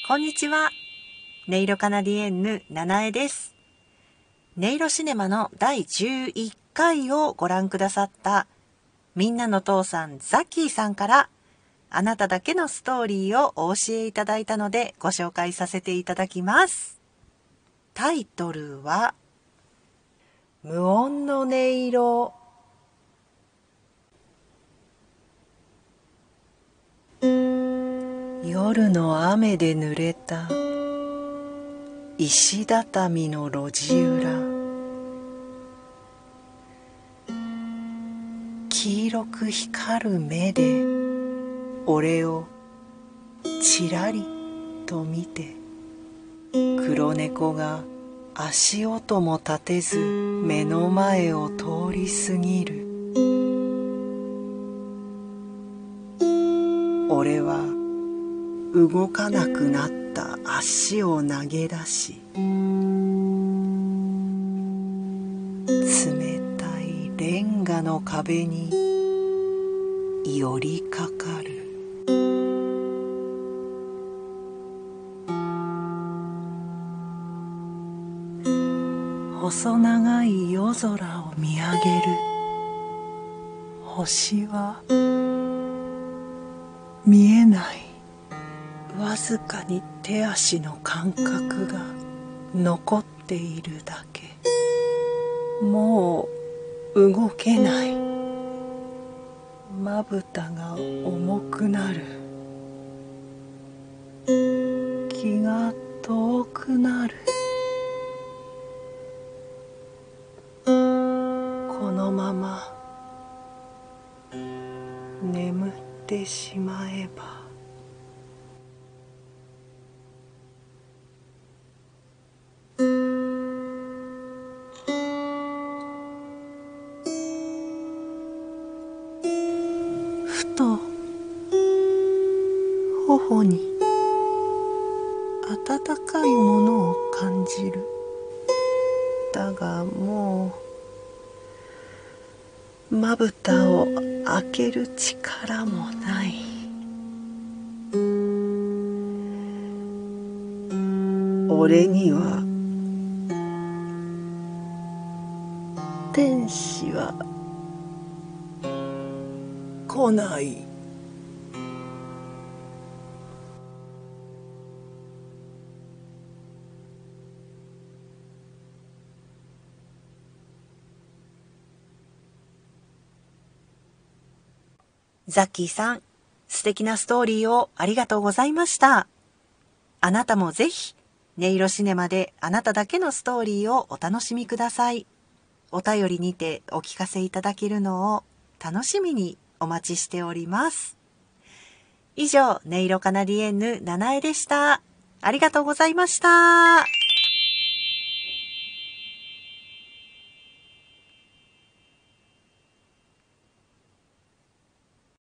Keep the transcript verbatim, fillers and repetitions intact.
こんにちは。音色カナディエンヌ七重です。音色シネマのだいじゅういっかいをご覧くださったみんなの父さんザッキーさんからあなただけのストーリーをお教えいただいたのでご紹介させていただきます。タイトルは無音の音色。夜の雨で濡れた石畳の路地裏、黄色く光る目で俺をちらりと見て、黒猫が足音も立てず目の前を通り過ぎる。俺は動かなくなった足を投げ出し、冷たいレンガの壁に寄りかかる。細長い夜空を見上げる。星は見えない。わずかに手足の感覚が残っているだけ。もう動けない。まぶたが重くなる。気が遠くなる。このまま眠ってしまえば。ふと頬に温かいものを感じる。だがもうまぶたを開ける力もない。俺には天使は来ない。ザッキーさん、素敵なストーリーをありがとうございました。あなたもぜひ音色シネマであなただけのストーリーをお楽しみください。お便りにてお聞かせいただけるのを楽しみにお待ちしております。以上、音色カナディエンヌ七重でした。ありがとうございました。